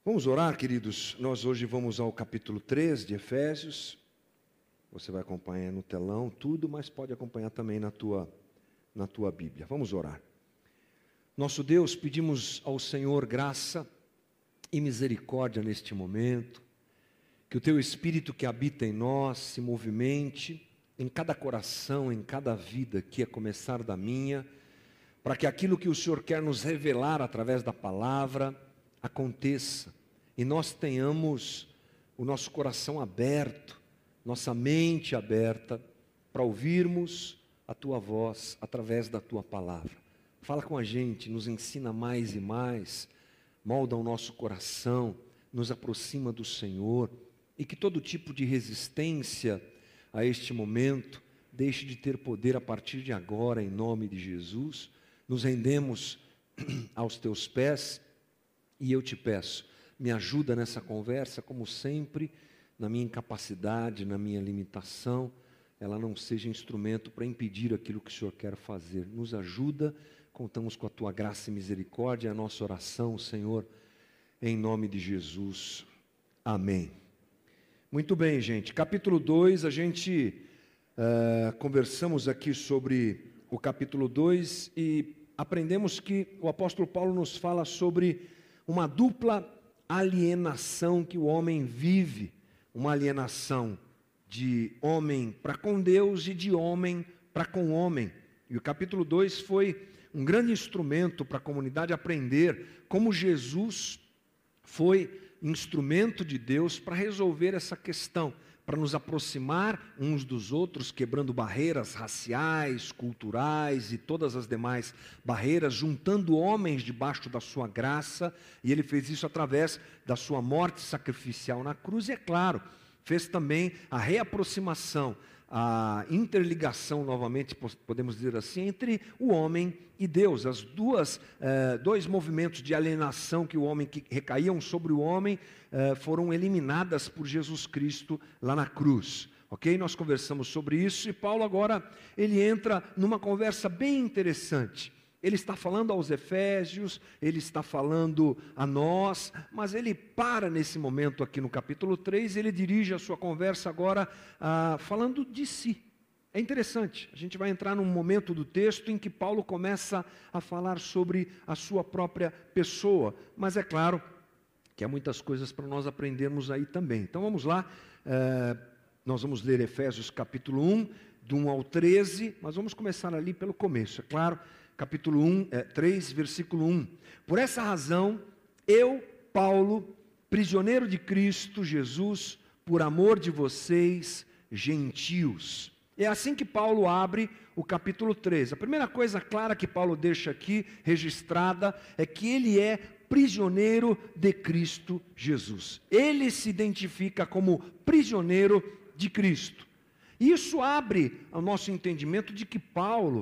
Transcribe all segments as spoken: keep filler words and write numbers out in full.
Vamos orar, queridos. Nós hoje vamos ao capítulo três de Efésios. Você vai acompanhar no telão tudo, mas pode acompanhar também na tua, na tua Bíblia. Vamos orar. Nosso Deus, pedimos ao Senhor graça e misericórdia neste momento, que o Teu Espírito que habita em nós se movimente em cada coração, em cada vida, que a começar da minha, para que aquilo que o Senhor quer nos revelar através da palavra aconteça, e nós tenhamos o nosso coração aberto, nossa mente aberta, para ouvirmos a Tua voz através da Tua palavra. Fala com a gente, nos ensina mais e mais, molda o nosso coração, nos aproxima do Senhor, e que todo tipo de resistência a este momento deixe de ter poder a partir de agora, em nome de Jesus. Nos rendemos aos Teus pés, e eu te peço, me ajuda nessa conversa, como sempre, na minha incapacidade, na minha limitação, ela não seja instrumento para impedir aquilo que o Senhor quer fazer. Nos ajuda, contamos com a Tua graça e misericórdia, a nossa oração, Senhor, em nome de Jesus. Amém. Muito bem, gente. Capítulo dois, a gente uh, conversamos aqui sobre o capítulo dois e aprendemos que o apóstolo Paulo nos fala sobre uma dupla alienação que o homem vive, uma alienação de homem para com Deus e de homem para com homem. E o capítulo dois foi um grande instrumento para a comunidade aprender como Jesus foi instrumento de Deus para resolver essa questão, para nos aproximar uns dos outros, quebrando barreiras raciais, culturais e todas as demais barreiras, juntando homens debaixo da sua graça, e Ele fez isso através da sua morte sacrificial na cruz, e é claro, fez também a reaproximação, a interligação, novamente podemos dizer assim, entre o homem e Deus. As duas, eh, dois movimentos de alienação que o homem que recaíam sobre o homem eh, foram eliminadas por Jesus Cristo lá na cruz. Ok? Nós conversamos sobre isso e Paulo agora ele entra numa conversa bem interessante. Ele está falando aos Efésios, ele está falando a nós, mas ele para nesse momento aqui no capítulo três, ele dirige a sua conversa agora ah, falando de si. É interessante, a gente vai entrar num momento do texto em que Paulo começa a falar sobre a sua própria pessoa, mas é claro que há muitas coisas para nós aprendermos aí também. Então vamos lá, eh, nós vamos ler Efésios capítulo um, do um ao treze, mas vamos começar ali pelo começo, é claro. Capítulo um, é, três, versículo um. Por essa razão, eu, Paulo, prisioneiro de Cristo Jesus, por amor de vocês, gentios. É assim que Paulo abre o capítulo três. A primeira coisa clara que Paulo deixa aqui, registrada, é que ele é prisioneiro de Cristo Jesus. Ele se identifica como prisioneiro de Cristo. Isso abre ao nosso entendimento de que Paulo,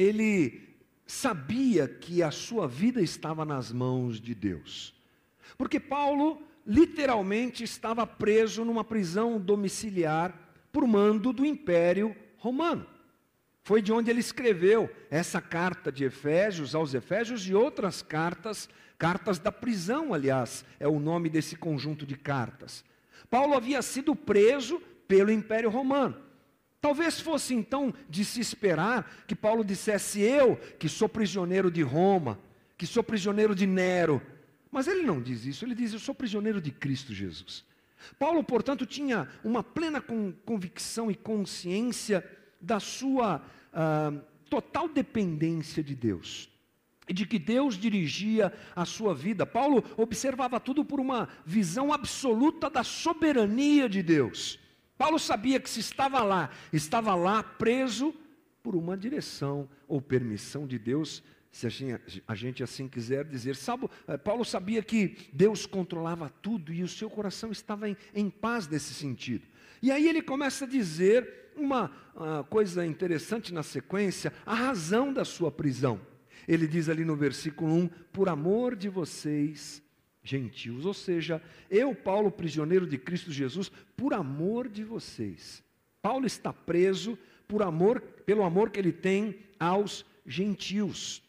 ele sabia que a sua vida estava nas mãos de Deus. Porque Paulo, literalmente, estava preso numa prisão domiciliar por mando do Império Romano. Foi de onde ele escreveu essa carta de Efésios aos Efésios e outras cartas, cartas da prisão, aliás, é o nome desse conjunto de cartas. Paulo havia sido preso pelo Império Romano. Talvez fosse então de se esperar que Paulo dissesse, eu que sou prisioneiro de Roma, que sou prisioneiro de Nero. Mas ele não diz isso, ele diz, eu sou prisioneiro de Cristo Jesus. Paulo, portanto, tinha uma plena convicção e consciência da sua ah, total dependência de Deus. E de que Deus dirigia a sua vida. Paulo observava tudo por uma visão absoluta da soberania de Deus. Paulo sabia que se estava lá, estava lá preso por uma direção ou permissão de Deus, se a gente, a gente assim quiser dizer. Sabe, Paulo sabia que Deus controlava tudo e o seu coração estava em, em paz nesse sentido. E aí ele começa a dizer uma uh, coisa interessante na sequência, a razão da sua prisão. Ele diz ali no versículo um, por amor de vocês, gentios, ou seja, eu, Paulo, prisioneiro de Cristo Jesus, por amor de vocês. Paulo está preso por amor, pelo amor que ele tem aos gentios.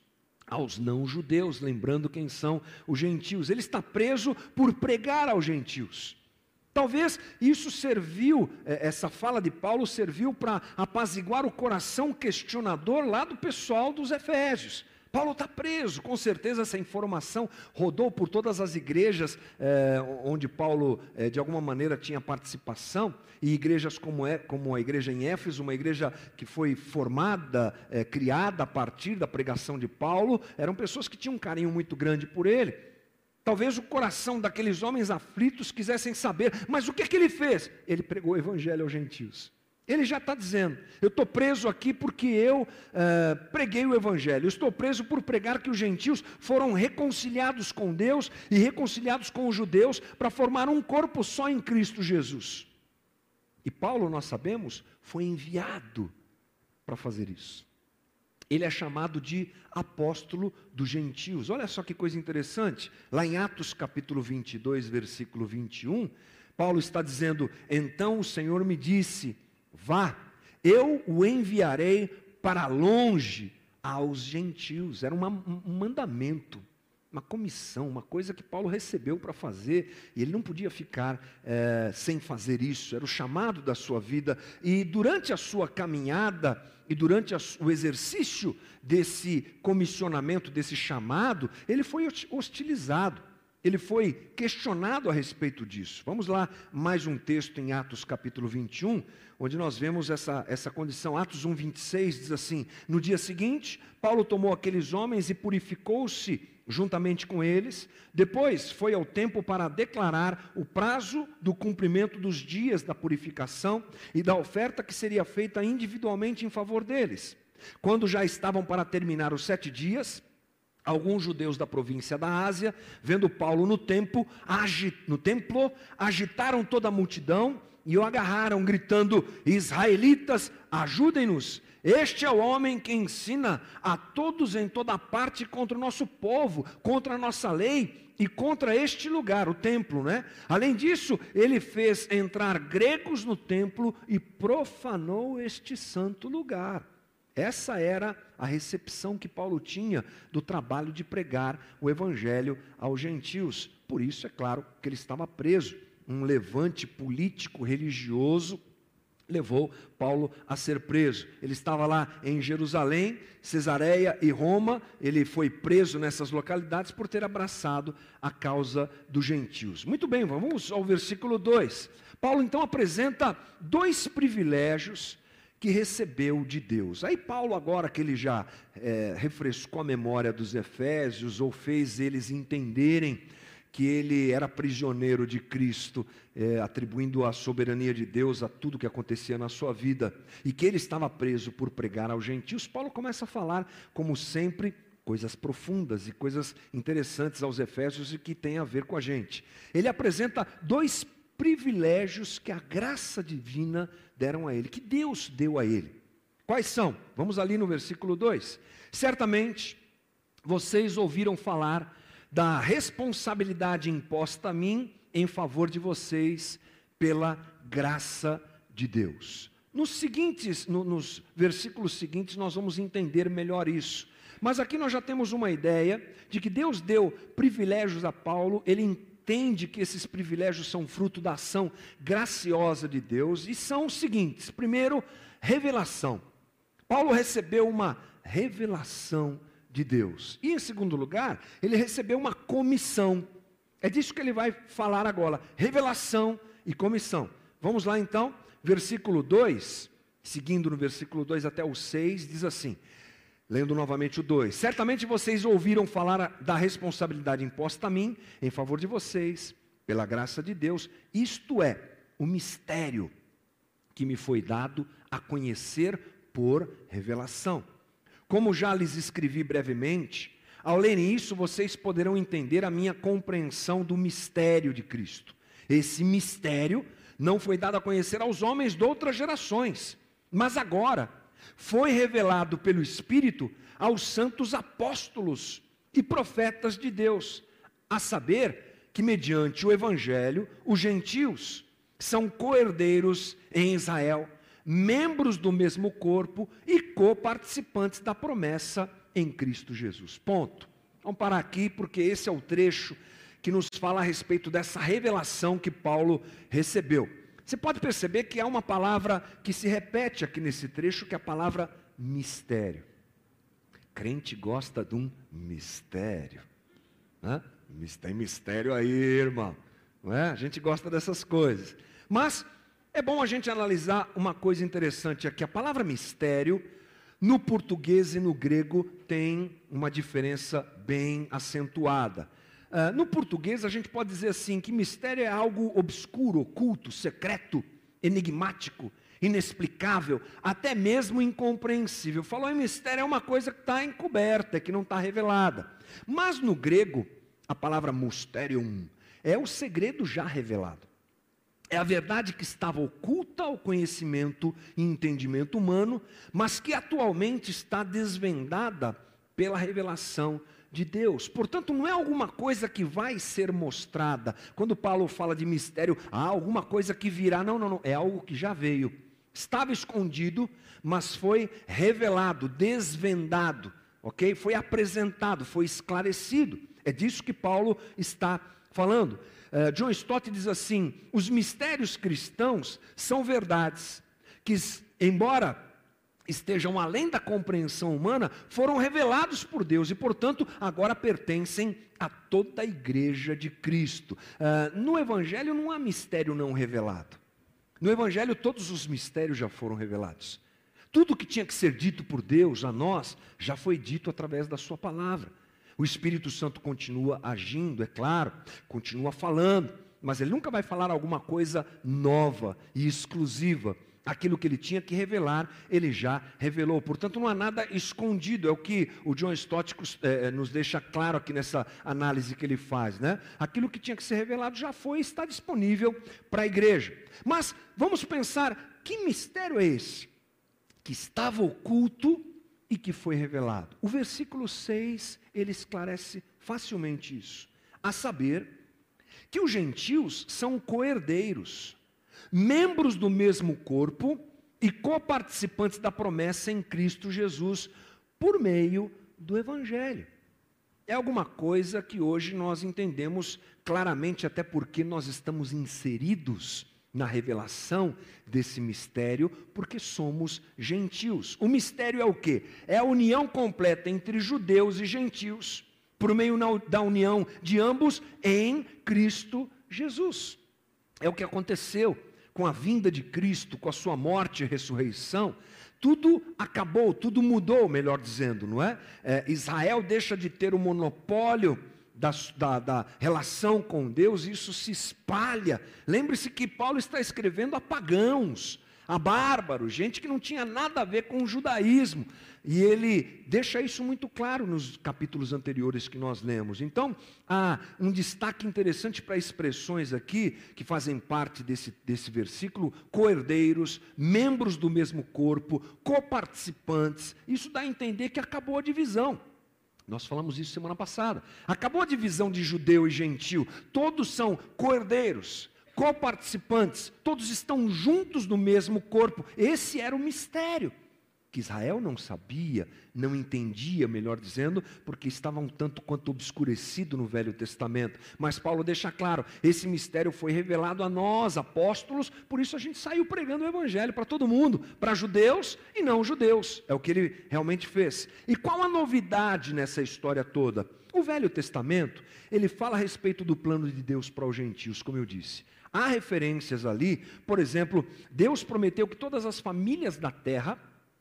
aos não-judeus, lembrando quem são os gentios. Ele está preso por pregar aos gentios. Talvez isso serviu, essa fala de Paulo serviu para apaziguar o coração questionador lá do pessoal dos Efésios. Paulo está preso, com certeza essa informação rodou por todas as igrejas eh, onde Paulo, eh, de alguma maneira, tinha participação, e igrejas como, é, como a igreja em Éfeso, uma igreja que foi formada, eh, criada a partir da pregação de Paulo, eram pessoas que tinham um carinho muito grande por ele. Talvez o coração daqueles homens aflitos quisessem saber, mas o que é que ele fez? Ele pregou o evangelho aos gentios. Ele já está dizendo, eu estou preso aqui porque eu eh, preguei o evangelho, eu estou preso por pregar que os gentios foram reconciliados com Deus e reconciliados com os judeus para formar um corpo só em Cristo Jesus. E Paulo, nós sabemos, foi enviado para fazer isso. Ele é chamado de apóstolo dos gentios. Olha só que coisa interessante, lá em Atos capítulo vinte e dois, versículo vinte e um, Paulo está dizendo, então o Senhor me disse, vá, eu o enviarei para longe aos gentios. Era uma, um mandamento, uma comissão, uma coisa que Paulo recebeu para fazer, e ele não podia ficar é, sem fazer isso, era o chamado da sua vida, e durante a sua caminhada, e durante a, o exercício desse comissionamento, desse chamado, ele foi hostilizado, ele foi questionado a respeito disso. Vamos lá, mais um texto em Atos capítulo vinte e um, onde nós vemos essa, essa condição. Atos um, vinte e seis diz assim, no dia seguinte, Paulo tomou aqueles homens e purificou-se juntamente com eles, depois foi ao templo para declarar o prazo do cumprimento dos dias da purificação e da oferta que seria feita individualmente em favor deles. Quando já estavam para terminar os sete dias, alguns judeus da província da Ásia, vendo Paulo no templo, agi, no templo, agitaram toda a multidão e o agarraram, gritando, israelitas, ajudem-nos. Este é o homem que ensina a todos em toda parte contra o nosso povo, contra a nossa lei e contra este lugar, o templo, né? Além disso, ele fez entrar gregos no templo e profanou este santo lugar. Essa era a recepção que Paulo tinha do trabalho de pregar o evangelho aos gentios. Por isso, é claro, que ele estava preso. Um levante político, religioso, levou Paulo a ser preso. Ele estava lá em Jerusalém, Cesareia e Roma. Ele foi preso nessas localidades por ter abraçado a causa dos gentios. Muito bem, vamos ao versículo dois. Paulo então apresenta dois privilégios que recebeu de Deus. Aí Paulo, agora que ele já é, refrescou a memória dos Efésios, ou fez eles entenderem que ele era prisioneiro de Cristo, é, atribuindo a soberania de Deus a tudo que acontecia na sua vida, e que ele estava preso por pregar aos gentios, Paulo começa a falar, como sempre, coisas profundas e coisas interessantes aos Efésios e que tem a ver com a gente. Ele apresenta dois privilégios que a graça divina deram a ele, que Deus deu a ele. Quais são? Vamos ali no versículo dois. Certamente, vocês ouviram falar da responsabilidade imposta a mim em favor de vocês pela graça de Deus. Nos seguintes, no, nos versículos seguintes nós vamos entender melhor isso. Mas aqui nós já temos uma ideia de que Deus deu privilégios a Paulo, ele entende que esses privilégios são fruto da ação graciosa de Deus e são os seguintes. Primeiro, revelação. Paulo recebeu uma revelação de Deus. E em segundo lugar, ele recebeu uma comissão. É disso que ele vai falar agora. Revelação e comissão. Vamos lá então, versículo dois, seguindo no versículo dois até o seis, diz assim, lendo novamente o dois. Certamente vocês ouviram falar da responsabilidade imposta a mim, em favor de vocês, pela graça de Deus, isto é, o mistério que me foi dado a conhecer por revelação. Como já lhes escrevi brevemente, ao lerem isso, vocês poderão entender a minha compreensão do mistério de Cristo. Esse mistério não foi dado a conhecer aos homens de outras gerações, mas agora foi revelado pelo Espírito aos santos apóstolos e profetas de Deus, a saber que mediante o Evangelho, os gentios são co-herdeiros em Israel, membros do mesmo corpo e co-participantes da promessa em Cristo Jesus. Ponto. Vamos parar aqui, porque esse é o trecho que nos fala a respeito dessa revelação que Paulo recebeu. Você pode perceber que há uma palavra que se repete aqui nesse trecho, que é a palavra mistério. Crente gosta de um mistério. Né? Tem mistério aí, irmão. Não é? A gente gosta dessas coisas. Mas é bom a gente analisar uma coisa interessante aqui. A palavra mistério, no português e no grego, tem uma diferença bem acentuada. Uh, no português, a gente pode dizer assim, que mistério é algo obscuro, oculto, secreto, enigmático, inexplicável, até mesmo incompreensível. Falou em mistério, é uma coisa que está encoberta, que não está revelada. Mas no grego, a palavra mysterium é o segredo já revelado. É a verdade que estava oculta ao conhecimento e entendimento humano, mas que atualmente está desvendada pela revelação de Deus. Portanto, não é alguma coisa que vai ser mostrada. Quando Paulo fala de mistério, ah, alguma coisa que virá. Não, não, não. É algo que já veio. Estava escondido, mas foi revelado, desvendado, ok? Foi apresentado, foi esclarecido. É disso que Paulo está falando. Uh, John Stott diz assim: os mistérios cristãos são verdades que, embora estejam além da compreensão humana, foram revelados por Deus e, portanto, agora pertencem a toda a igreja de Cristo. Uh, no Evangelho não há mistério não revelado. No Evangelho todos os mistérios já foram revelados. Tudo que tinha que ser dito por Deus a nós, já foi dito através da sua palavra. O Espírito Santo continua agindo, é claro, continua falando, mas ele nunca vai falar alguma coisa nova e exclusiva. Aquilo que ele tinha que revelar, ele já revelou. Portanto, não há nada escondido. É o que o John Stott eh, nos deixa claro aqui nessa análise que ele faz, né? Aquilo que tinha que ser revelado já foi e está disponível para a igreja. Mas vamos pensar, que mistério é esse? Que estava oculto e que foi revelado. O versículo seis, ele esclarece facilmente isso. A saber, que os gentios são coherdeiros, membros do mesmo corpo e coparticipantes da promessa em Cristo Jesus, por meio do Evangelho. É alguma coisa que hoje nós entendemos claramente, até porque nós estamos inseridos na revelação desse mistério, porque somos gentios. O mistério é o quê? É a união completa entre judeus e gentios, por meio da união de ambos em Cristo Jesus. É o que aconteceu com a vinda de Cristo, com a sua morte e ressurreição. Tudo acabou, tudo mudou, melhor dizendo, não é? é Israel deixa de ter o monopólio Da, da, da relação com Deus, isso se espalha. Lembre-se que Paulo está escrevendo a pagãos, a bárbaros, gente que não tinha nada a ver com o judaísmo, e ele deixa isso muito claro nos capítulos anteriores que nós lemos. Então, há um destaque interessante para expressões aqui, que fazem parte desse, desse versículo: coherdeiros, membros do mesmo corpo, coparticipantes. Isso dá a entender que acabou a divisão. Nós falamos isso semana passada. Acabou a divisão de judeu e gentil. Todos são coherdeiros, coparticipantes. Todos estão juntos no mesmo corpo. Esse era o mistério que Israel não sabia, não entendia, melhor dizendo, porque estava um tanto quanto obscurecido no Velho Testamento. Mas Paulo deixa claro, esse mistério foi revelado a nós, apóstolos, por isso a gente saiu pregando o Evangelho para todo mundo, para judeus e não judeus. É o que ele realmente fez. E qual a novidade nessa história toda? O Velho Testamento, ele fala a respeito do plano de Deus para os gentios, como eu disse. Há referências ali, por exemplo, Deus prometeu que todas as famílias da terra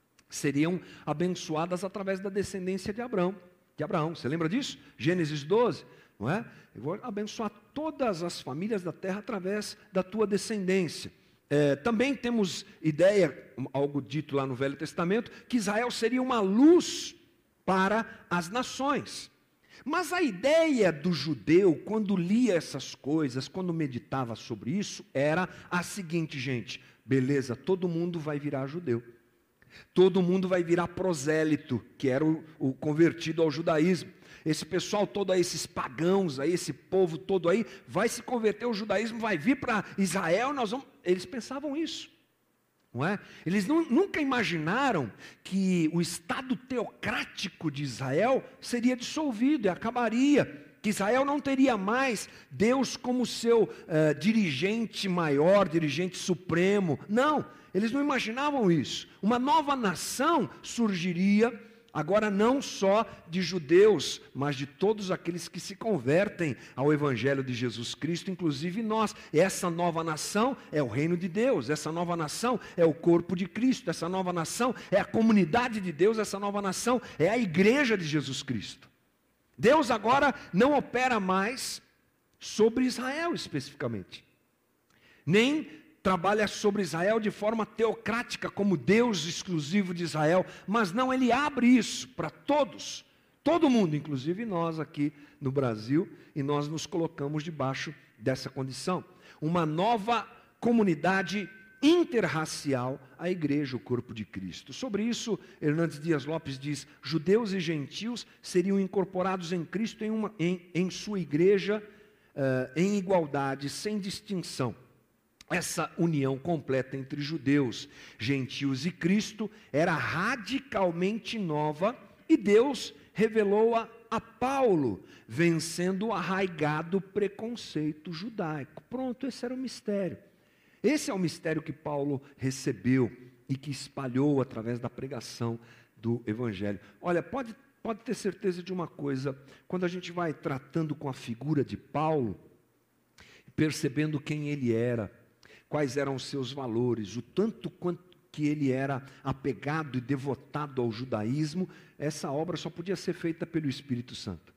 seriam abençoadas através da descendência de Abraão. De Abraão, você lembra disso? Gênesis doze, não é? Eu vou abençoar todas as famílias da terra através da tua descendência. É, também temos ideia, algo dito lá no Velho Testamento, que Israel seria uma luz para as nações. Mas a ideia do judeu, quando lia essas coisas, quando meditava sobre isso, era a seguinte, gente: beleza, todo mundo vai virar judeu. Todo mundo vai virar prosélito, que era o, o convertido ao judaísmo. Esse pessoal todo aí, esses pagãos aí, esse povo todo aí, vai se converter ao judaísmo, vai vir para Israel, nós vamos... Eles pensavam isso. não é? Eles não, nunca imaginaram que o Estado teocrático de Israel seria dissolvido e acabaria, que Israel não teria mais Deus como seu uh, dirigente maior, dirigente supremo. Não, eles não imaginavam isso. Uma nova nação surgiria, agora não só de judeus, mas de todos aqueles que se convertem ao Evangelho de Jesus Cristo, inclusive nós. Essa nova nação é o reino de Deus, essa nova nação é o corpo de Cristo, essa nova nação é a comunidade de Deus, essa nova nação é a igreja de Jesus Cristo. Deus agora não opera mais sobre Israel especificamente, nem trabalha sobre Israel de forma teocrática, como Deus exclusivo de Israel, mas não, ele abre isso para todos, todo mundo, inclusive nós aqui no Brasil, e nós nos colocamos debaixo dessa condição. Uma nova comunidade interracial, a igreja, o corpo de Cristo. Sobre isso, Hernandes Dias Lopes diz: judeus e gentios seriam incorporados em Cristo em, uma, em, em sua igreja, uh, em igualdade, sem distinção. Essa união completa entre judeus, gentios e Cristo era radicalmente nova, e Deus revelou-a a Paulo, vencendo o arraigado preconceito judaico. Pronto, esse era o mistério. Esse é o mistério que Paulo recebeu e que espalhou através da pregação do Evangelho. Olha, pode, pode ter certeza de uma coisa: quando a gente vai tratando com a figura de Paulo, percebendo quem ele era, quais eram os seus valores, o tanto quanto que ele era apegado e devotado ao judaísmo, essa obra só podia ser feita pelo Espírito Santo.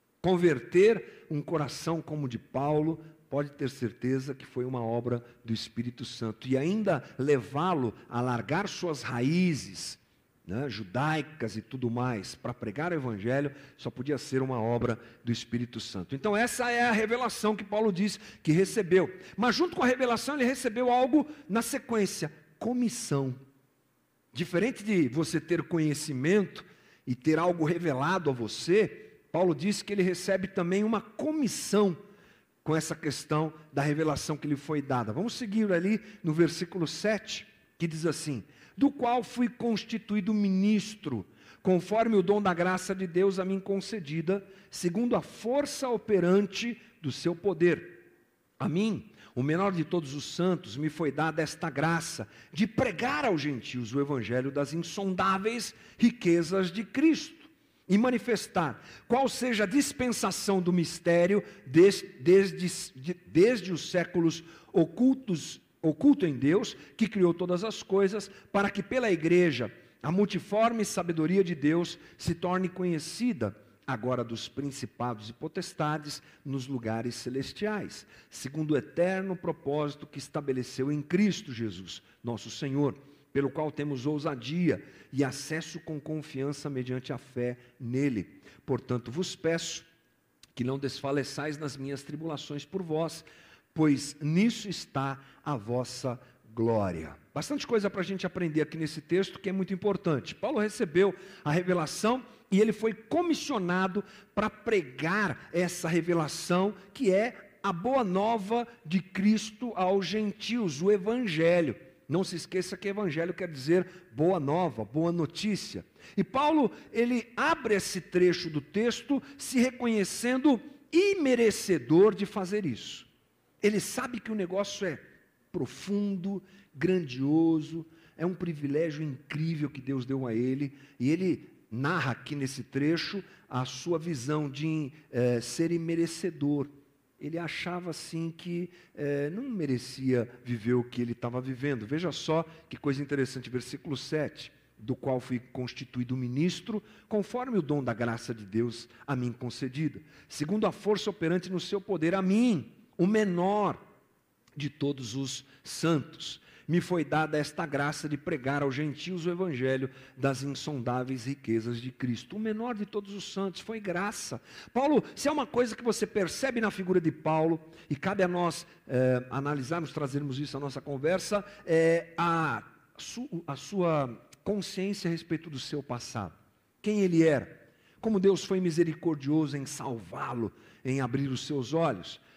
Converter um coração como o de Paulo, pode ter certeza que foi uma obra do Espírito Santo. E ainda levá-lo a largar suas raízes, né, judaicas e tudo mais, para pregar o Evangelho, só podia ser uma obra do Espírito Santo. Então essa é a revelação que Paulo diz que recebeu. Mas junto com a revelação ele recebeu algo na sequência: comissão. Diferente de você ter conhecimento e ter algo revelado a você, Paulo diz que ele recebe também uma comissão com essa questão da revelação que lhe foi dada. Vamos seguir ali no versículo sete, que diz assim: do qual fui constituído ministro, conforme o dom da graça de Deus a mim concedida, segundo a força operante do seu poder. A mim, o menor de todos os santos, me foi dada esta graça, de pregar aos gentios o evangelho das insondáveis riquezas de Cristo, e manifestar qual seja a dispensação do mistério desde, desde, de, desde os séculos ocultos, oculto em Deus, que criou todas as coisas, para que pela igreja a multiforme sabedoria de Deus se torne conhecida agora dos principados e potestades nos lugares celestiais, segundo o eterno propósito que estabeleceu em Cristo Jesus, nosso Senhor, pelo qual temos ousadia e acesso com confiança mediante a fé nele. Portanto, vos peço que não desfaleçais nas minhas tribulações por vós, pois nisso está a vossa glória. Bastante coisa para a gente aprender aqui nesse texto, que é muito importante. Paulo recebeu a revelação e ele foi comissionado para pregar essa revelação, que é a boa nova de Cristo aos gentios, o Evangelho. Não se esqueça que evangelho quer dizer boa nova, boa notícia. E Paulo, ele abre esse trecho do texto se reconhecendo imerecedor de fazer isso. Ele sabe que o negócio é profundo, grandioso, é um privilégio incrível que Deus deu a ele, e ele narra aqui nesse trecho a sua visão de é, ser imerecedor. Ele achava assim que é, não merecia viver o que ele estava vivendo. Veja só que coisa interessante, versículo sete, do qual fui constituído ministro, conforme o dom da graça de Deus a mim concedida, segundo a força operante no seu poder, a mim, o menor de todos os santos, me foi dada esta graça de pregar aos gentios o evangelho das insondáveis riquezas de Cristo. O menor de todos os santos, foi graça. Paulo, se é uma coisa que você percebe na figura de Paulo, e cabe a nós é, analisarmos, trazermos isso à nossa conversa, é a, su, a sua consciência a respeito do seu passado. Quem ele era, como Deus foi misericordioso em salvá-lo, em abrir os seus olhos.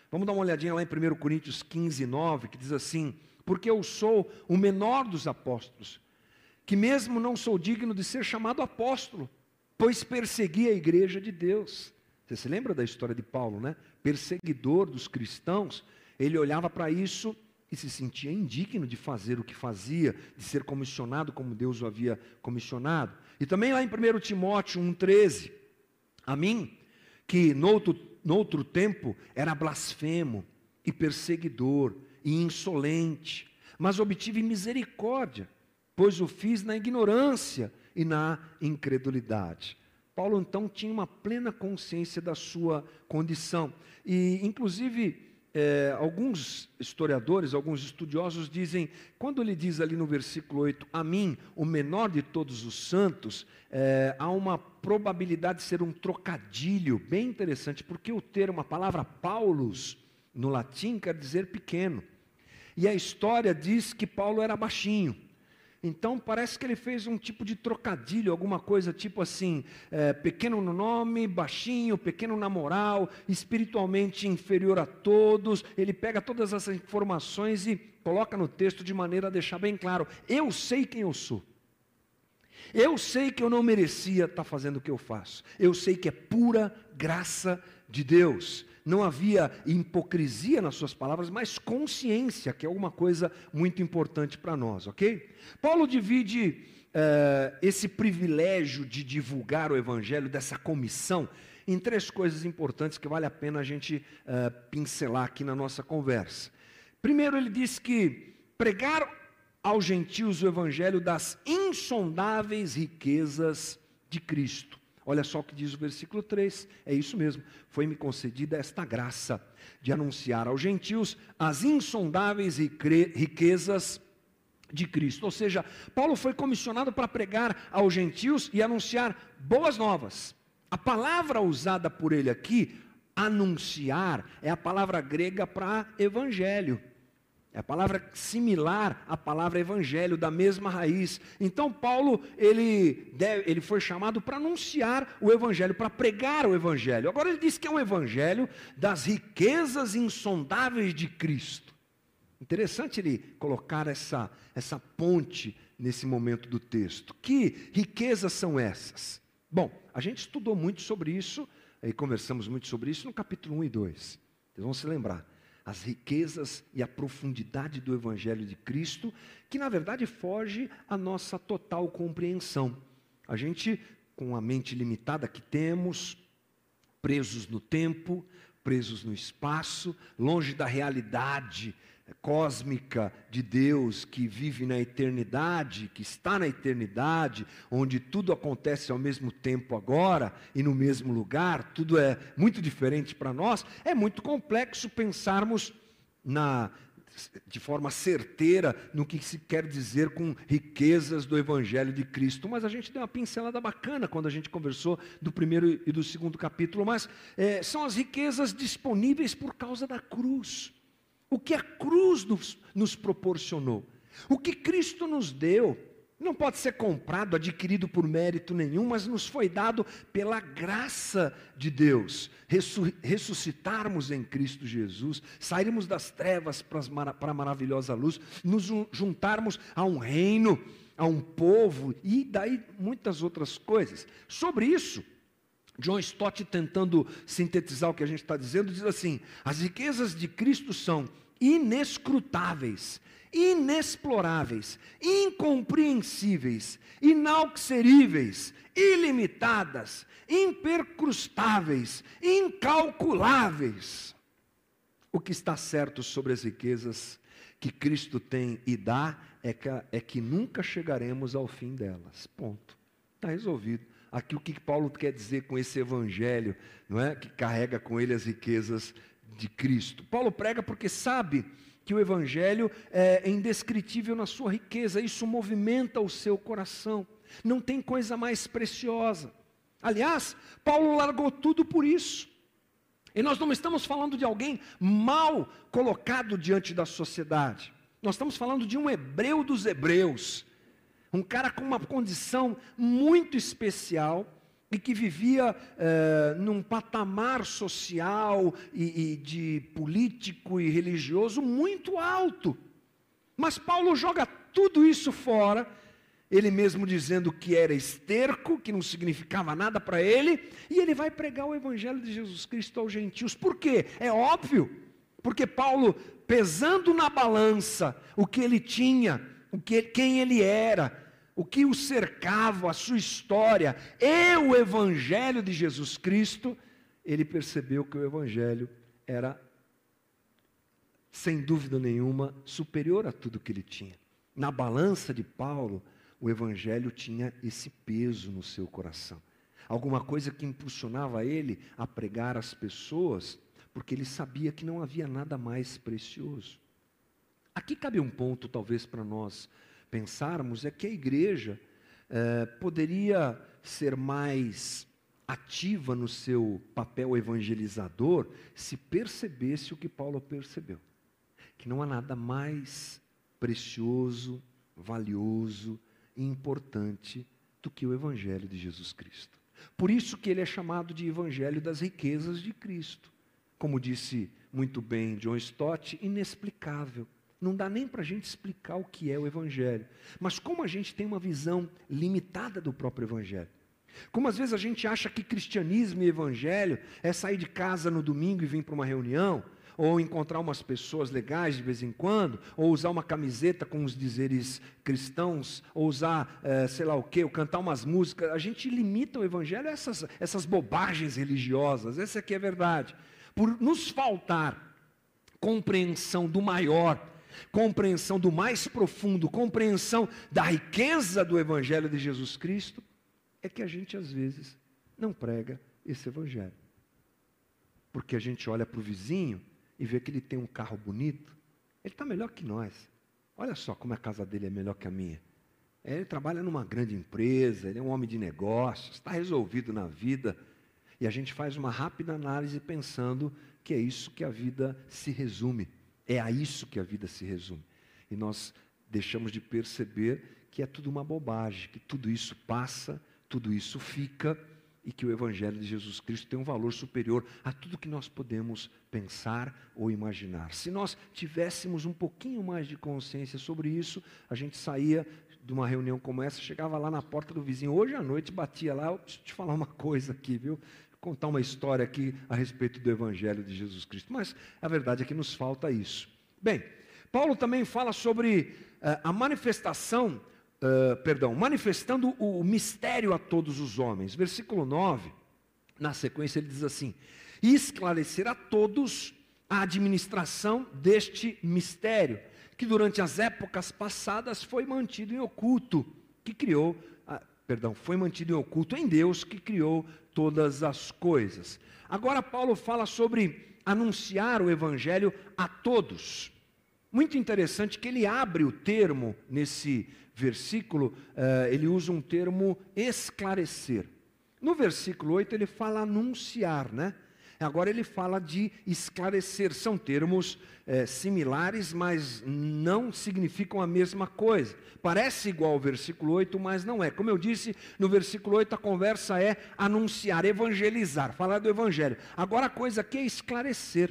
Vamos dar uma olhadinha lá em primeiro Coríntios quinze, nove, que diz assim: porque eu sou o menor dos apóstolos, que mesmo não sou digno de ser chamado apóstolo, pois persegui a igreja de Deus. Você se lembra da história de Paulo, né? Perseguidor dos cristãos. Ele olhava para isso e se sentia indigno de fazer o que fazia, de ser comissionado como Deus o havia comissionado. E também lá em primeiro Timóteo um, treze, a mim, que noutro, noutro tempo era blasfemo e perseguidor e insolente, mas obtive misericórdia, pois o fiz na ignorância e na incredulidade. Paulo então tinha uma plena consciência da sua condição. E inclusive é, alguns historiadores, alguns estudiosos dizem, quando ele diz ali no versículo oito, a mim, o menor de todos os santos, é, há uma probabilidade de ser um trocadilho bem interessante, porque o termo, a palavra Paulus, no latim quer dizer pequeno. E a história diz que Paulo era baixinho. Então parece que ele fez um tipo de trocadilho, alguma coisa tipo assim, é, pequeno no nome, baixinho, pequeno na moral, espiritualmente inferior a todos. Ele pega todas essas informações e coloca no texto de maneira a deixar bem claro: eu sei quem eu sou. Eu sei que eu não merecia estar fazendo o que eu faço. Eu sei que é pura graça de Deus. Não havia hipocrisia nas suas palavras, mas consciência, que é alguma coisa muito importante para nós, ok? Paulo divide uh, esse privilégio de divulgar o Evangelho, dessa comissão, em três coisas importantes que vale a pena a gente uh, pincelar aqui na nossa conversa. Primeiro, ele diz que pregar aos gentios o Evangelho das insondáveis riquezas de Cristo. Olha só o que diz o versículo três, é isso mesmo, foi-me concedida esta graça de anunciar aos gentios as insondáveis riquezas de Cristo. Ou seja, Paulo foi comissionado para pregar aos gentios e anunciar boas novas. A palavra usada por ele aqui, anunciar, é a palavra grega para evangelho. É a palavra similar à palavra evangelho, da mesma raiz. Então Paulo, ele, deve, ele foi chamado para anunciar o evangelho, para pregar o evangelho. Agora ele diz que é um evangelho das riquezas insondáveis de Cristo. Interessante ele colocar essa, essa ponte nesse momento do texto. Que riquezas são essas? Bom, a gente estudou muito sobre isso, e conversamos muito sobre isso no capítulo um e dois. Vocês vão se lembrar. As riquezas e a profundidade do Evangelho de Cristo, que na verdade foge à nossa total compreensão. A gente, com a mente limitada que temos, presos no tempo, presos no espaço, longe da realidade cósmica de Deus que vive na eternidade, que está na eternidade, onde tudo acontece ao mesmo tempo agora e no mesmo lugar, tudo é muito diferente para nós. É muito complexo pensarmos na, de forma certeira no que se quer dizer com riquezas do Evangelho de Cristo, mas a gente deu uma pincelada bacana quando a gente conversou do primeiro e do segundo capítulo, mas é, são as riquezas disponíveis por causa da cruz. O que a cruz nos, nos proporcionou, o que Cristo nos deu, não pode ser comprado, adquirido por mérito nenhum, mas nos foi dado pela graça de Deus. Ressu, ressuscitarmos em Cristo Jesus, sairmos das trevas para, para a maravilhosa luz, nos juntarmos a um reino, a um povo, e daí muitas outras coisas. Sobre isso, John Stott, tentando sintetizar o que a gente está dizendo, diz assim: as riquezas de Cristo são inescrutáveis, inexploráveis, incompreensíveis, inauxeríveis, ilimitadas, impercrustáveis, incalculáveis. O que está certo sobre as riquezas que Cristo tem e dá é que, é que nunca chegaremos ao fim delas. Ponto. Está resolvido. Aqui o que Paulo quer dizer com esse evangelho, não é? Que carrega com ele as riquezas de Cristo. Paulo prega porque sabe que o evangelho é indescritível na sua riqueza, isso movimenta o seu coração, não tem coisa mais preciosa. Aliás, Paulo largou tudo por isso. E nós não estamos falando de alguém mal colocado diante da sociedade, nós estamos falando de um hebreu dos hebreus, um cara com uma condição muito especial, e que vivia eh, num patamar social e, e de político e religioso muito alto. Mas Paulo joga tudo isso fora, ele mesmo dizendo que era esterco, que não significava nada para ele, e ele vai pregar o evangelho de Jesus Cristo aos gentios. Por quê? É óbvio, porque Paulo, pesando na balança o que ele tinha, o que, quem ele era, o que o cercava, a sua história, e o evangelho de Jesus Cristo, ele percebeu que o evangelho era, sem dúvida nenhuma, superior a tudo que ele tinha. Na balança de Paulo, o evangelho tinha esse peso no seu coração. Alguma coisa que impulsionava ele a pregar às pessoas, porque ele sabia que não havia nada mais precioso. Aqui cabe um ponto, talvez, para nós pensarmos, é que a igreja eh, poderia ser mais ativa no seu papel evangelizador se percebesse o que Paulo percebeu. Que não há nada mais precioso, valioso e importante do que o evangelho de Jesus Cristo. Por isso que ele é chamado de evangelho das riquezas de Cristo. Como disse muito bem John Stott, inexplicável. Não dá nem para a gente explicar o que é o evangelho. Mas como a gente tem uma visão limitada do próprio evangelho. Como às vezes a gente acha que cristianismo e evangelho é sair de casa no domingo e vir para uma reunião, ou encontrar umas pessoas legais de vez em quando, ou usar uma camiseta com os dizeres cristãos, ou usar, é, sei lá o quê, ou cantar umas músicas. A gente limita o evangelho a essas, essas bobagens religiosas. Essa aqui é a verdade. Por nos faltar compreensão do maior, compreensão do mais profundo, compreensão da riqueza do evangelho de Jesus Cristo, é que a gente às vezes não prega esse evangelho. Porque a gente olha para o vizinho e vê que ele tem um carro bonito, ele está melhor que nós. Olha só como a casa dele é melhor que a minha. Ele trabalha numa grande empresa, ele é um homem de negócios, está resolvido na vida. E a gente faz uma rápida análise pensando que é isso que a vida se resume. É a isso que a vida se resume. E nós deixamos de perceber que é tudo uma bobagem, que tudo isso passa, tudo isso fica, e que o evangelho de Jesus Cristo tem um valor superior a tudo que nós podemos pensar ou imaginar. Se nós tivéssemos um pouquinho mais de consciência sobre isso, a gente saía de uma reunião como essa, chegava lá na porta do vizinho, hoje à noite batia lá, eu preciso te falar uma coisa aqui, viu? Contar uma história aqui a respeito do evangelho de Jesus Cristo. Mas a verdade é que nos falta isso. Bem, Paulo também fala sobre uh, a manifestação, uh, perdão, manifestando o mistério a todos os homens. Versículo nove, na sequência ele diz assim: e esclarecer a todos a administração deste mistério, que durante as épocas passadas foi mantido em oculto, que criou, uh, perdão, foi mantido em oculto em Deus, que criou todas as coisas. Agora Paulo fala sobre anunciar o evangelho a todos. Muito interessante que ele abre o termo nesse versículo, uh, ele usa um termo esclarecer. No versículo oito ele fala anunciar, né? Agora ele fala de esclarecer. São termos é, similares, mas não significam a mesma coisa. Parece igual ao versículo oito, mas não é. Como eu disse, no versículo oito a conversa é anunciar, evangelizar, falar do evangelho. Agora a coisa aqui é esclarecer.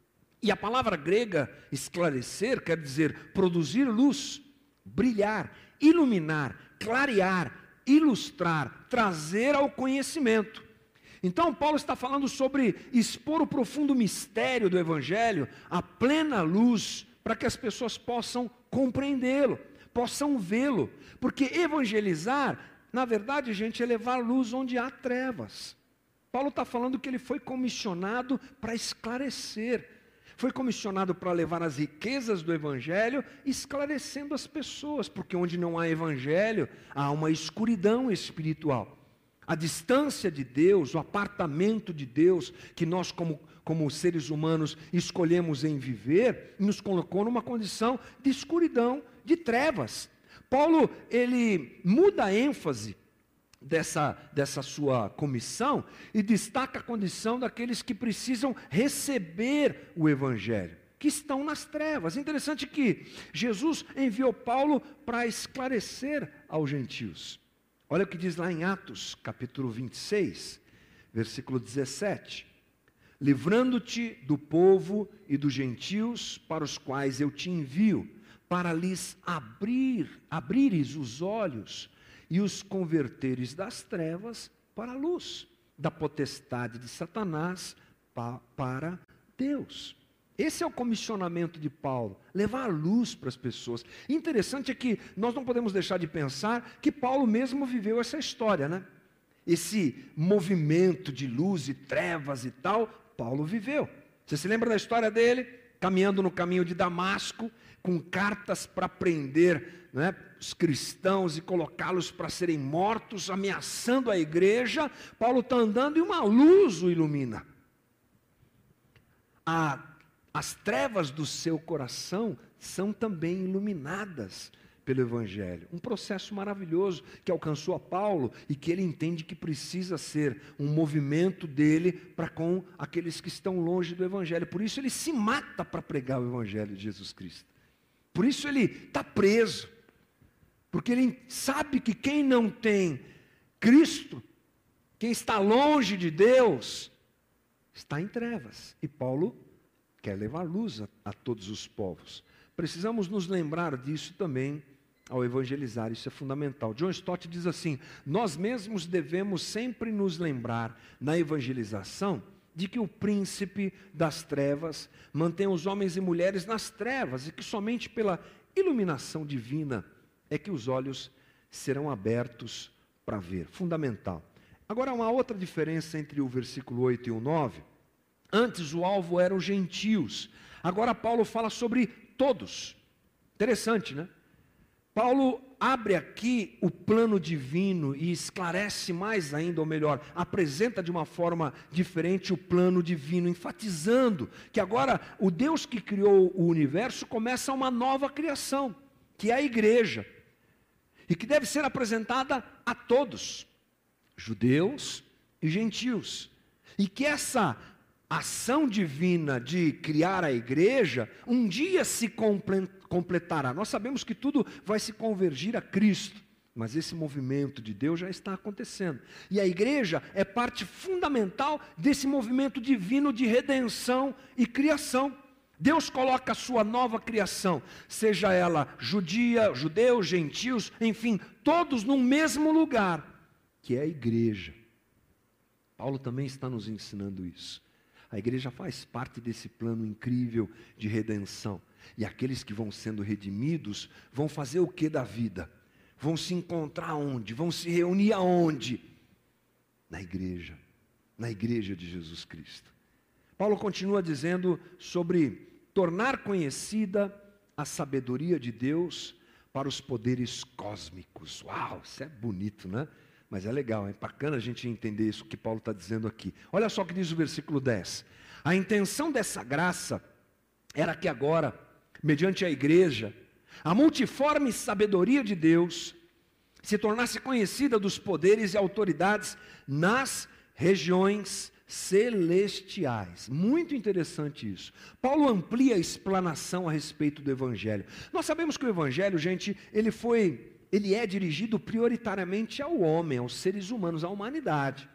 E a palavra grega esclarecer quer dizer produzir luz, brilhar, iluminar, clarear, ilustrar, trazer ao conhecimento. Então Paulo está falando sobre expor o profundo mistério do evangelho à plena luz, para que as pessoas possam compreendê-lo, possam vê-lo, porque evangelizar, na verdade, gente, é levar luz onde há trevas. Paulo está falando que ele foi comissionado para esclarecer, foi comissionado para levar as riquezas do evangelho, esclarecendo as pessoas, porque onde não há evangelho, há uma escuridão espiritual. A distância de Deus, o apartamento de Deus, que nós como, como seres humanos escolhemos em viver, nos colocou numa condição de escuridão, de trevas. Paulo, ele muda a ênfase dessa, dessa sua comissão e destaca a condição daqueles que precisam receber o evangelho, que estão nas trevas. Interessante que Jesus enviou Paulo para esclarecer aos gentios. Olha o que diz lá em Atos, capítulo vinte e seis, versículo dezessete. Livrando-te do povo e dos gentios para os quais eu te envio, para lhes abrir, abrires os olhos e os converteres das trevas para a luz, da potestade de Satanás pa, para Deus. Esse é o comissionamento de Paulo, levar a luz para as pessoas. Interessante é que nós não podemos deixar de pensar que Paulo mesmo viveu essa história, né? Esse movimento de luz e trevas e tal, Paulo viveu. Você se lembra da história dele? Caminhando no caminho de Damasco, com cartas para prender, né, os cristãos e colocá-los para serem mortos, ameaçando a igreja. Paulo está andando e uma luz o ilumina. A As trevas do seu coração são também iluminadas pelo Evangelho. Um processo maravilhoso que alcançou a Paulo e que ele entende que precisa ser um movimento dele para com aqueles que estão longe do Evangelho. Por isso ele se mata para pregar o Evangelho de Jesus Cristo. Por isso ele está preso. Porque ele sabe que quem não tem Cristo, quem está longe de Deus, está em trevas. E Paulo quer levar luz a, a todos os povos. Precisamos nos lembrar disso também ao evangelizar, isso é fundamental. John Stott diz assim: nós mesmos devemos sempre nos lembrar, na evangelização, de que o príncipe das trevas mantém os homens e mulheres nas trevas, e que somente pela iluminação divina é que os olhos serão abertos para ver. Fundamental. Agora, uma outra diferença entre o versículo oito e o nove. Antes o alvo eram os gentios, agora Paulo fala sobre todos. Interessante, né? Paulo abre aqui o plano divino e esclarece mais ainda, ou melhor, apresenta de uma forma diferente o plano divino, enfatizando que agora o Deus que criou o universo começa uma nova criação, que é a igreja, e que deve ser apresentada a todos, judeus e gentios, e que essa ação divina de criar a igreja, um dia se completará. Nós sabemos que tudo vai se convergir a Cristo, mas esse movimento de Deus já está acontecendo. E a igreja é parte fundamental desse movimento divino de redenção e criação. Deus coloca a sua nova criação, seja ela judia, judeus, gentios, enfim, todos no mesmo lugar, que é a igreja. Paulo também está nos ensinando isso. A igreja faz parte desse plano incrível de redenção. E aqueles que vão sendo redimidos vão fazer o que da vida? Vão se encontrar onde? Vão se reunir aonde? Na igreja. Na igreja de Jesus Cristo. Paulo continua dizendo sobre tornar conhecida a sabedoria de Deus para os poderes cósmicos. Uau, isso é bonito, né? Mas é legal, é bacana a gente entender isso que Paulo está dizendo aqui. Olha só o que diz o versículo dez. A intenção dessa graça era que agora, mediante a igreja, a multiforme sabedoria de Deus se tornasse conhecida dos poderes e autoridades nas regiões celestiais. Muito interessante isso. Paulo amplia a explanação a respeito do Evangelho. Nós sabemos que o Evangelho, gente, ele foi... ele é dirigido prioritariamente ao homem, aos seres humanos, à humanidade.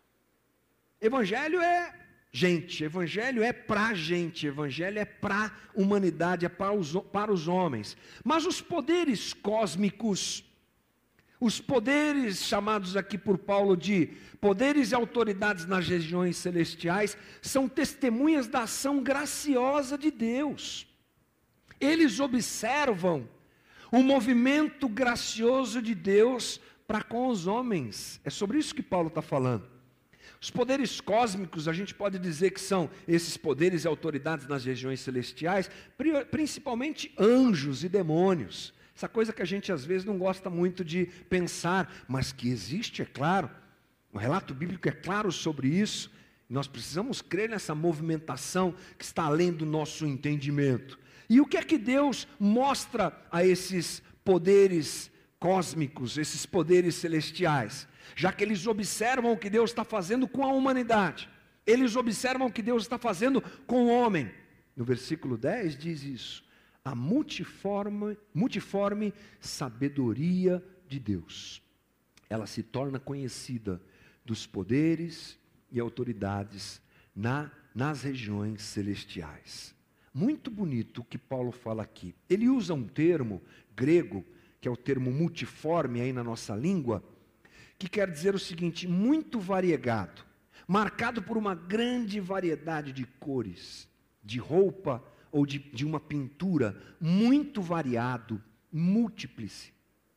Evangelho é gente, evangelho é para a gente, evangelho é para a humanidade, é para os, para os homens. Mas os poderes cósmicos, os poderes chamados aqui por Paulo de poderes e autoridades nas regiões celestiais, são testemunhas da ação graciosa de Deus. Eles observam o movimento gracioso de Deus para com os homens. É sobre isso que Paulo está falando. Os poderes cósmicos, a gente pode dizer que são esses poderes e autoridades nas regiões celestiais, principalmente anjos e demônios. Essa coisa que a gente às vezes não gosta muito de pensar, mas que existe, é claro. O relato bíblico é claro sobre isso. Nós precisamos crer nessa movimentação que está além do nosso entendimento. E o que é que Deus mostra a esses poderes cósmicos, esses poderes celestiais? Já que eles observam o que Deus está fazendo com a humanidade, eles observam o que Deus está fazendo com o homem. No versículo dez diz isso: a multiforme, multiforme sabedoria de Deus. ela se torna conhecida dos poderes e autoridades na, nas regiões celestiais. Muito bonito o que Paulo fala aqui. Ele usa um termo grego, que é o termo multiforme aí na nossa língua, que quer dizer o seguinte: muito variegado, marcado por uma grande variedade de cores, de roupa ou de, de uma pintura, muito variado, múltiplice.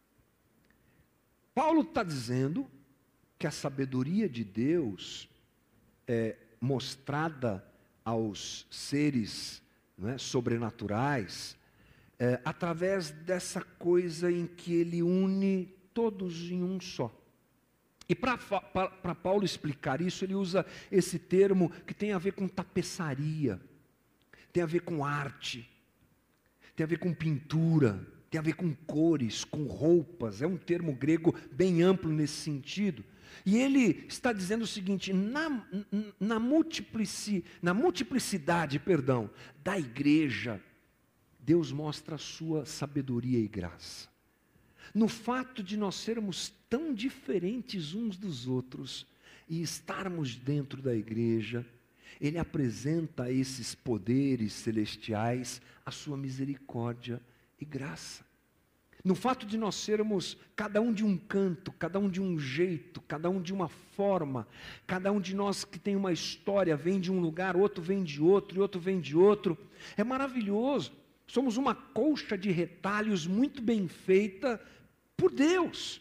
Paulo está dizendo que a sabedoria de Deus é mostrada aos seres, não é, sobrenaturais, é, através dessa coisa em que ele une todos em um só. E para Paulo explicar isso, ele usa esse termo que tem a ver com tapeçaria, tem a ver com arte, tem a ver com pintura, tem a ver com cores, com roupas. É um termo grego bem amplo nesse sentido. E ele está dizendo o seguinte: na, na, multiplici, na multiplicidade perdão, da igreja, Deus mostra a sua sabedoria e graça. No fato de nós sermos tão diferentes uns dos outros e estarmos dentro da igreja, Ele apresenta a esses poderes celestiais a sua misericórdia e graça. No fato de nós sermos cada um de um canto, cada um de um jeito, cada um de uma forma, cada um de nós que tem uma história, vem de um lugar, outro vem de outro, e outro vem de outro, é maravilhoso. Somos uma colcha de retalhos muito bem feita por Deus.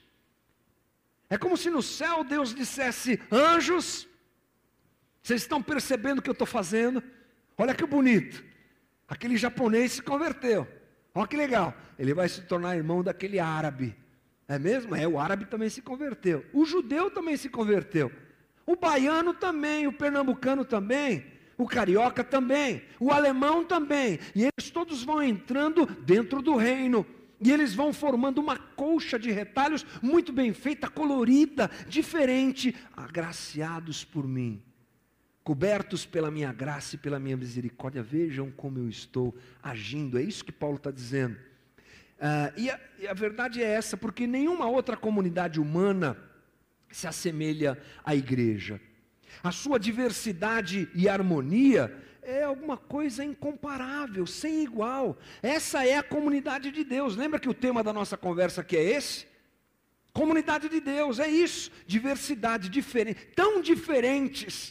É como se no céu Deus dissesse: anjos, vocês estão percebendo o que eu estou fazendo? Olha que bonito, aquele japonês se converteu, olha que legal, ele vai se tornar irmão daquele árabe, é mesmo? É, o árabe também se converteu, o judeu também se converteu, o baiano também, o pernambucano também, o carioca também, o alemão também, e eles todos vão entrando dentro do reino, e eles vão formando uma colcha de retalhos muito bem feita, colorida, diferente, agraciados por mim, cobertos pela minha graça e pela minha misericórdia. Vejam como eu estou agindo. É isso que Paulo está dizendo. Ah, e, a, e a verdade é essa, porque nenhuma outra comunidade humana se assemelha à igreja. A sua diversidade e harmonia é alguma coisa incomparável, sem igual. Essa é a comunidade de Deus. Lembra que o tema da nossa conversa aqui é esse? Comunidade de Deus, é isso. Diversidade, diferente, tão diferentes,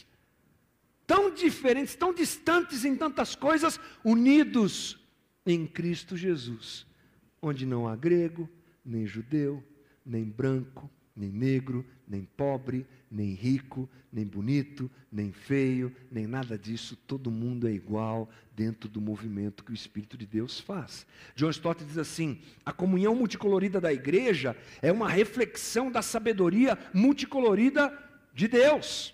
tão diferentes, tão distantes em tantas coisas, unidos em Cristo Jesus, onde não há grego, nem judeu, nem branco, nem negro, nem pobre, nem rico, nem bonito, nem feio, nem nada disso. Todo mundo é igual dentro do movimento que o Espírito de Deus faz. John Stott diz assim: a comunhão multicolorida da igreja é uma reflexão da sabedoria multicolorida de Deus.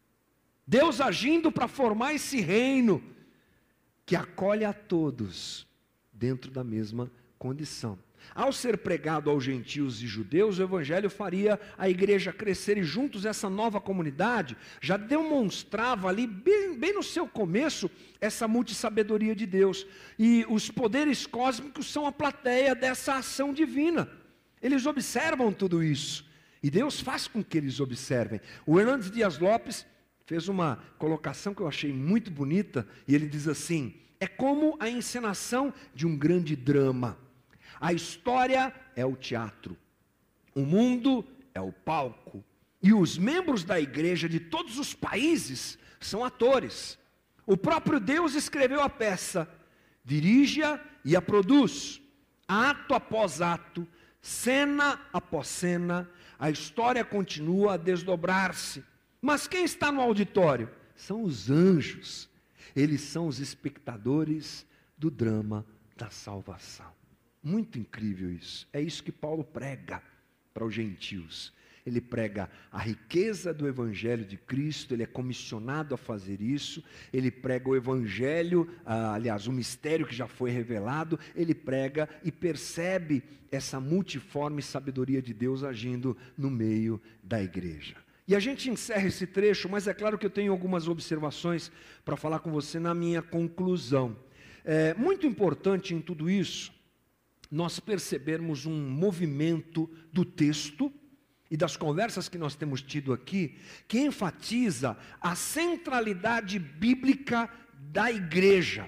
Deus agindo para formar esse reino que acolhe a todos dentro da mesma condição. Ao ser pregado aos gentios e judeus, o evangelho faria a igreja crescer, e juntos essa nova comunidade já demonstrava ali, bem, bem no seu começo, essa multissabedoria de Deus. E os poderes cósmicos são a plateia dessa ação divina. Eles observam tudo isso, e Deus faz com que eles observem. O Hernandes Dias Lopes fez uma colocação que eu achei muito bonita, e ele diz assim: é como a encenação de um grande drama. A história é o teatro, o mundo é o palco, e os membros da igreja de todos os países são atores. O próprio Deus escreveu a peça, dirige-a e a produz, ato após ato, cena após cena, a história continua a desdobrar-se. Mas quem está no auditório? São os anjos, eles são os espectadores do drama da salvação. Muito incrível isso. É isso que Paulo prega para os gentios. Ele prega a riqueza do evangelho de Cristo, ele é comissionado a fazer isso. Ele prega o evangelho, ah, aliás, o mistério que já foi revelado. Ele prega e percebe essa multiforme sabedoria de Deus agindo no meio da igreja. E a gente encerra esse trecho, mas é claro que eu tenho algumas observações para falar com você na minha conclusão. É muito importante em tudo isso nós percebermos um movimento do texto e das conversas que nós temos tido aqui, que enfatiza a centralidade bíblica da igreja.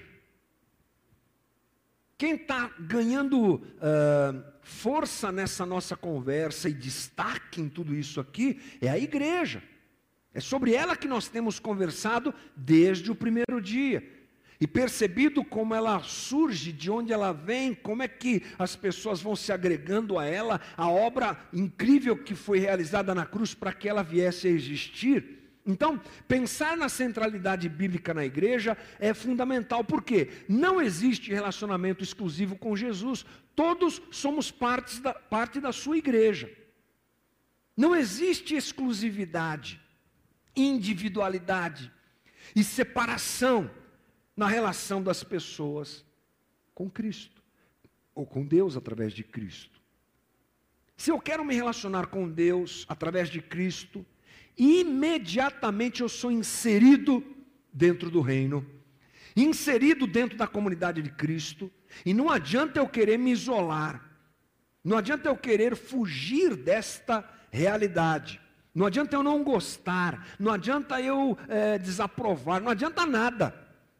Quem está ganhando uh, força nessa nossa conversa e destaque em tudo isso aqui é a igreja. É sobre ela que nós temos conversado desde o primeiro dia. E percebido como ela surge, de onde ela vem, como é que as pessoas vão se agregando a ela, a obra incrível que foi realizada na cruz para que ela viesse a existir. Então, pensar na centralidade bíblica na igreja é fundamental, porque não existe relacionamento exclusivo com Jesus. Todos somos partes da, parte da sua igreja. Não existe exclusividade, individualidade e separação na relação das pessoas com Cristo, ou com Deus através de Cristo. Se eu quero me relacionar com Deus através de Cristo, imediatamente eu sou inserido dentro do reino, inserido dentro da comunidade de Cristo, e não adianta eu querer me isolar, não adianta eu querer fugir desta realidade, não adianta eu não gostar, não adianta eu é, desaprovar, não adianta nada.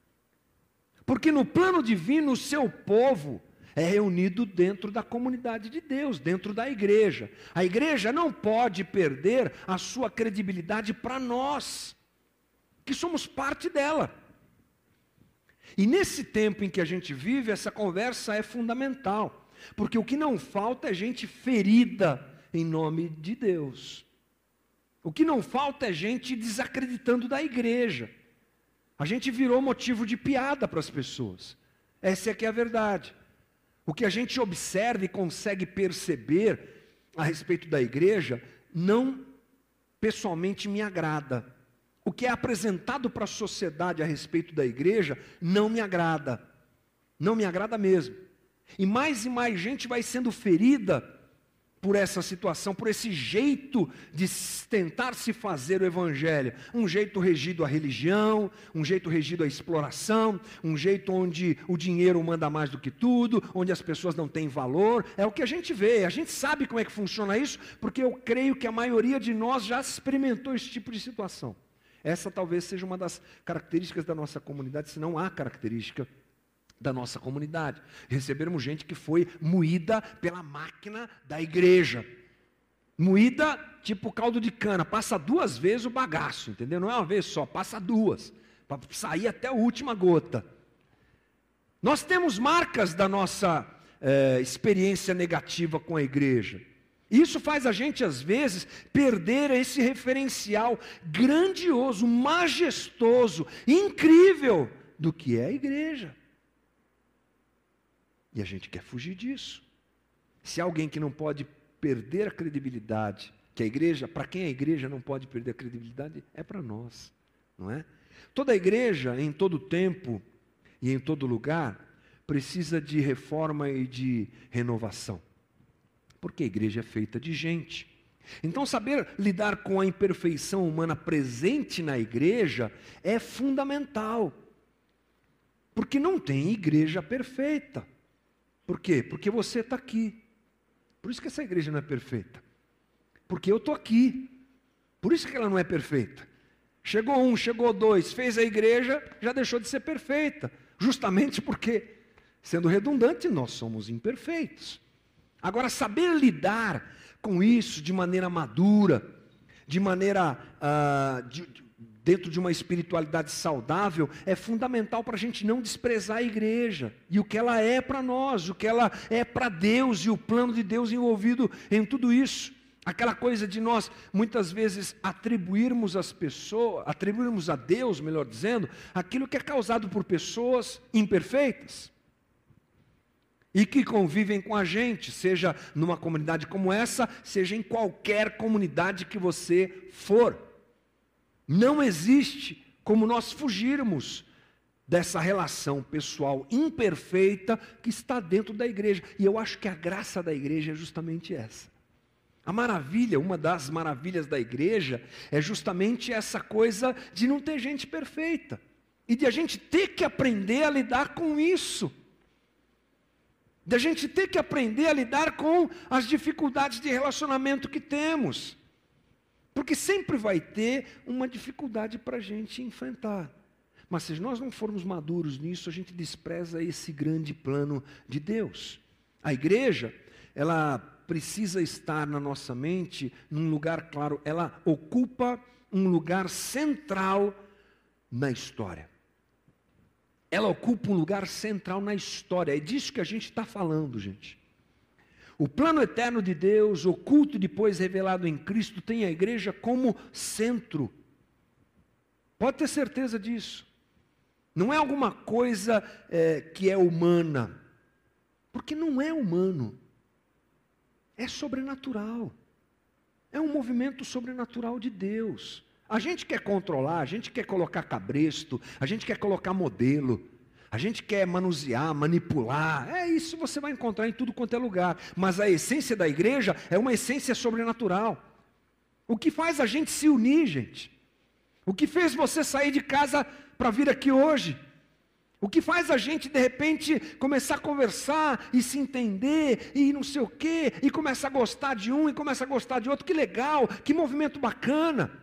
Porque no plano divino o seu povo é reunido dentro da comunidade de Deus, dentro da igreja. A igreja não pode perder a sua credibilidade para nós, que somos parte dela. E nesse tempo em que a gente vive, essa conversa é fundamental, porque o que não falta é gente ferida em nome de Deus. O que não falta é gente desacreditando da igreja. A gente virou motivo de piada para as pessoas. Essa é que é a verdade. O que a gente observa e consegue perceber a respeito da igreja, não pessoalmente me agrada. O que é apresentado para a sociedade a respeito da igreja, não me agrada. Não me agrada mesmo. E mais e mais gente vai sendo ferida por essa situação, por esse jeito de tentar se fazer o evangelho, um jeito regido à religião, um jeito regido à exploração, um jeito onde o dinheiro manda mais do que tudo, onde as pessoas não têm valor, é o que a gente vê, a gente sabe como é que funciona isso, porque eu creio que a maioria de nós já experimentou esse tipo de situação. Essa talvez seja uma das características da nossa comunidade, se não há característica da nossa comunidade. Recebermos gente que foi moída pela máquina da igreja. Moída tipo caldo de cana, passa duas vezes o bagaço, entendeu? Não é uma vez só, passa duas, para sair até a última gota. Nós temos marcas da nossa eh, experiência negativa com a igreja. Isso faz a gente, às vezes, perder esse referencial grandioso, majestoso, incrível do que é a igreja. E a gente quer fugir disso. Se há alguém que não pode perder a credibilidade, que a igreja, para quem a igreja não pode perder a credibilidade, é para nós, não é? Toda igreja, em todo tempo e em todo lugar, precisa de reforma e de renovação. Porque a igreja é feita de gente. Então, saber lidar com a imperfeição humana presente na igreja é fundamental. Porque não tem igreja perfeita. Por quê? Porque você está aqui. Por isso que essa igreja não é perfeita. Porque eu estou aqui. Por isso que ela não é perfeita. Chegou um, chegou dois, fez a igreja, já deixou de ser perfeita. Justamente porque, sendo redundante, nós somos imperfeitos. Agora, saber lidar com isso de maneira madura, de maneira, ah, de, dentro de uma espiritualidade saudável, é fundamental para a gente não desprezar a igreja, e o que ela é para nós, o que ela é para Deus, e o plano de Deus envolvido em tudo isso. Aquela coisa de nós, muitas vezes, atribuirmos às pessoas, atribuirmos a Deus, melhor dizendo, aquilo que é causado por pessoas imperfeitas, e que convivem com a gente, seja numa comunidade como essa, seja em qualquer comunidade que você for. Não existe como nós fugirmos dessa relação pessoal imperfeita que está dentro da igreja. E eu acho que a graça da igreja é justamente essa. A maravilha, uma das maravilhas da igreja, é justamente essa coisa de não ter gente perfeita. E de a gente ter que aprender a lidar com isso. da gente ter que aprender a lidar com as dificuldades de relacionamento que temos. Porque sempre vai ter uma dificuldade para a gente enfrentar. Mas se nós não formos maduros nisso, a gente despreza esse grande plano de Deus. A igreja, ela precisa estar na nossa mente, num lugar claro, ela ocupa um lugar central na história. Ela ocupa um lugar central na história. É disso que a gente está falando, gente. O plano eterno de Deus, oculto e depois revelado em Cristo, tem a igreja como centro. Pode ter certeza disso. Não é alguma coisa é, que é humana. Porque não é humano. É sobrenatural. É um movimento sobrenatural de Deus. A gente quer controlar, a gente quer colocar cabresto, a gente quer colocar modelo, a gente quer manusear, manipular. É isso, você vai encontrar em tudo quanto é lugar. Mas a essência da igreja é uma essência sobrenatural. O que faz a gente se unir, gente? O que fez você sair de casa para vir aqui hoje? O que faz a gente, de repente, começar a conversar e se entender e não sei o quê, e começar a gostar de um e começar a gostar de outro? Que legal, que movimento bacana.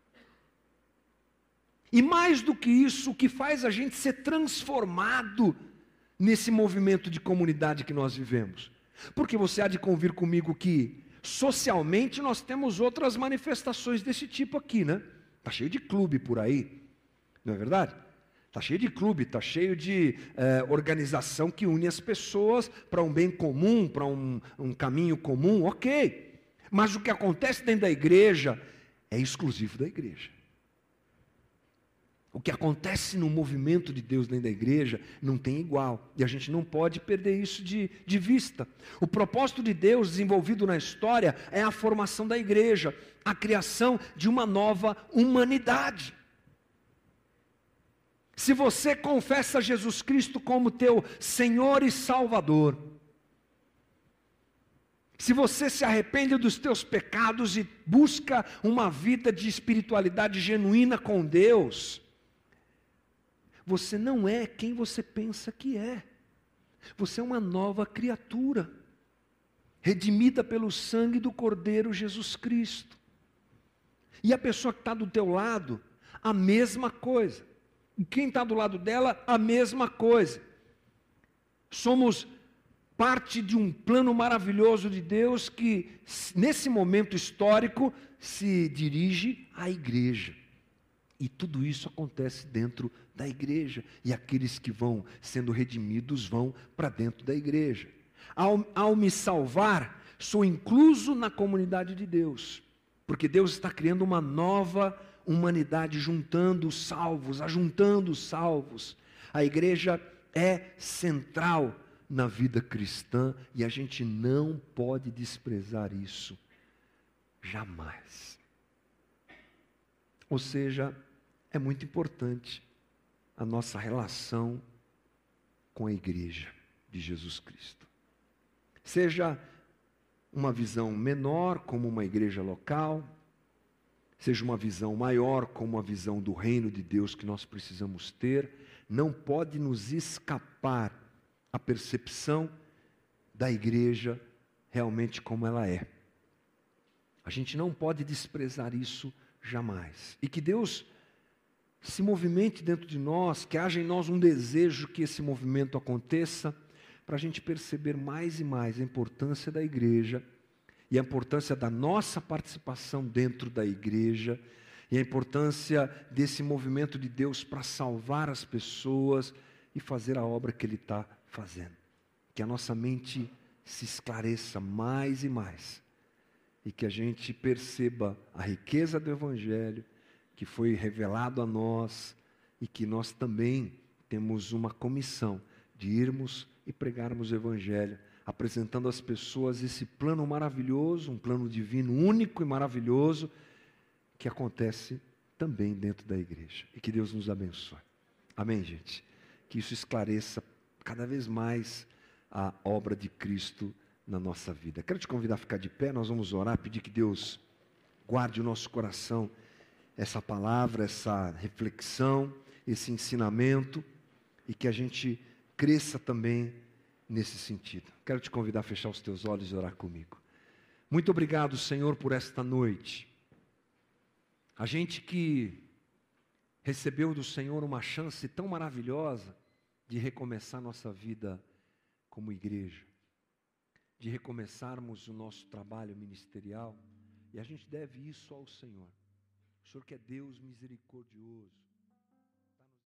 E mais do que isso, o que faz a gente ser transformado nesse movimento de comunidade que nós vivemos? Porque você há de convir comigo que, socialmente, nós temos outras manifestações desse tipo aqui, né? Está cheio de clube por aí, não é verdade? Está cheio de clube, está cheio de eh, organização que une as pessoas para um bem comum, para um, um caminho comum, ok. Mas o que acontece dentro da igreja é exclusivo da igreja. O que acontece no movimento de Deus dentro da igreja não tem igual. E a gente não pode perder isso de, de vista. O propósito de Deus desenvolvido na história é a formação da igreja, a criação de uma nova humanidade. Se você confessa Jesus Cristo como teu Senhor e Salvador, se você se arrepende dos teus pecados e busca uma vida de espiritualidade genuína com Deus, você não é quem você pensa que é. Você é uma nova criatura, redimida pelo sangue do Cordeiro Jesus Cristo. E a pessoa que está do teu lado, a mesma coisa. E quem está do lado dela, a mesma coisa. Somos parte de um plano maravilhoso de Deus que, nesse momento histórico, se dirige à igreja. E tudo isso acontece dentro da igreja. E aqueles que vão sendo redimidos vão para dentro da igreja. Ao, ao me salvar, sou incluso na comunidade de Deus. Porque Deus está criando uma nova humanidade, juntando os salvos, ajuntando os salvos. A igreja é central na vida cristã e a gente não pode desprezar isso. Jamais. Ou seja, é muito importante a nossa relação com a igreja de Jesus Cristo. Seja uma visão menor, como uma igreja local, seja uma visão maior, como a visão do reino de Deus que nós precisamos ter, não pode nos escapar a percepção da igreja realmente como ela é. A gente não pode desprezar isso jamais. E que Deus se movimente dentro de nós, que haja em nós um desejo que esse movimento aconteça, para a gente perceber mais e mais a importância da igreja, e a importância da nossa participação dentro da igreja, e a importância desse movimento de Deus para salvar as pessoas e fazer a obra que Ele está fazendo. Que a nossa mente se esclareça mais e mais, e que a gente perceba a riqueza do Evangelho, que foi revelado a nós, e que nós também temos uma comissão de irmos e pregarmos o Evangelho, apresentando às pessoas esse plano maravilhoso, um plano divino único e maravilhoso, que acontece também dentro da igreja. E que Deus nos abençoe. Amém, gente? Que isso esclareça cada vez mais a obra de Cristo na nossa vida. Quero te convidar a ficar de pé, nós vamos orar, pedir que Deus guarde o nosso coração, essa palavra, essa reflexão, esse ensinamento, e que a gente cresça também nesse sentido. Quero te convidar a fechar os teus olhos e orar comigo. Muito obrigado, Senhor, por esta noite. A gente que recebeu do Senhor uma chance tão maravilhosa de recomeçar nossa vida como igreja, de recomeçarmos o nosso trabalho ministerial, e a gente deve isso ao Senhor. O Senhor que é Deus misericordioso,